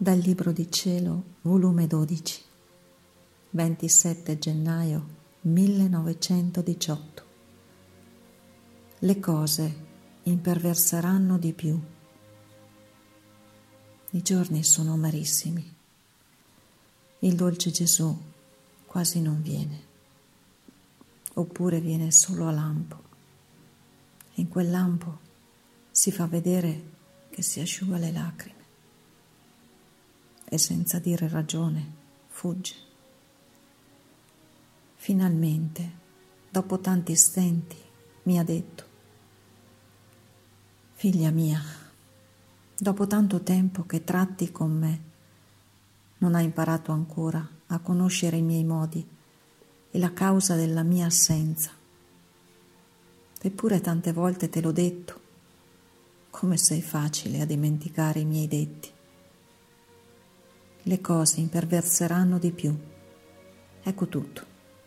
Dal Libro di Cielo, volume 12, 27 gennaio 1918. Le cose imperverseranno di più. I giorni sono amarissimi. Il dolce Gesù quasi non viene, oppure viene solo a lampo. In quel lampo si fa vedere che si asciuga le lacrime e senza dire ragione fugge. Finalmente, dopo tanti stenti, mi ha detto: figlia mia, dopo tanto tempo che tratti con me, non hai imparato ancora a conoscere i miei modi e la causa della mia assenza. Eppure tante volte te l'ho detto, come sei facile a dimenticare i miei detti. Le cose imperverseranno di più. Ecco tutto.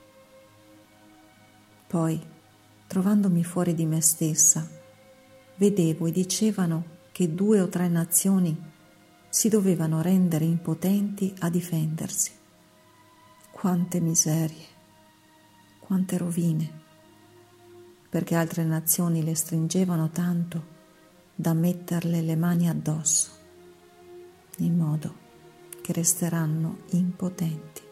Poi, trovandomi fuori di me stessa, vedevo e dicevano che 2 o 3 nazioni si dovevano rendere impotenti a difendersi. Quante miserie, quante rovine, perché altre nazioni le stringevano tanto da metterle le mani addosso, in modo che resteranno impotenti.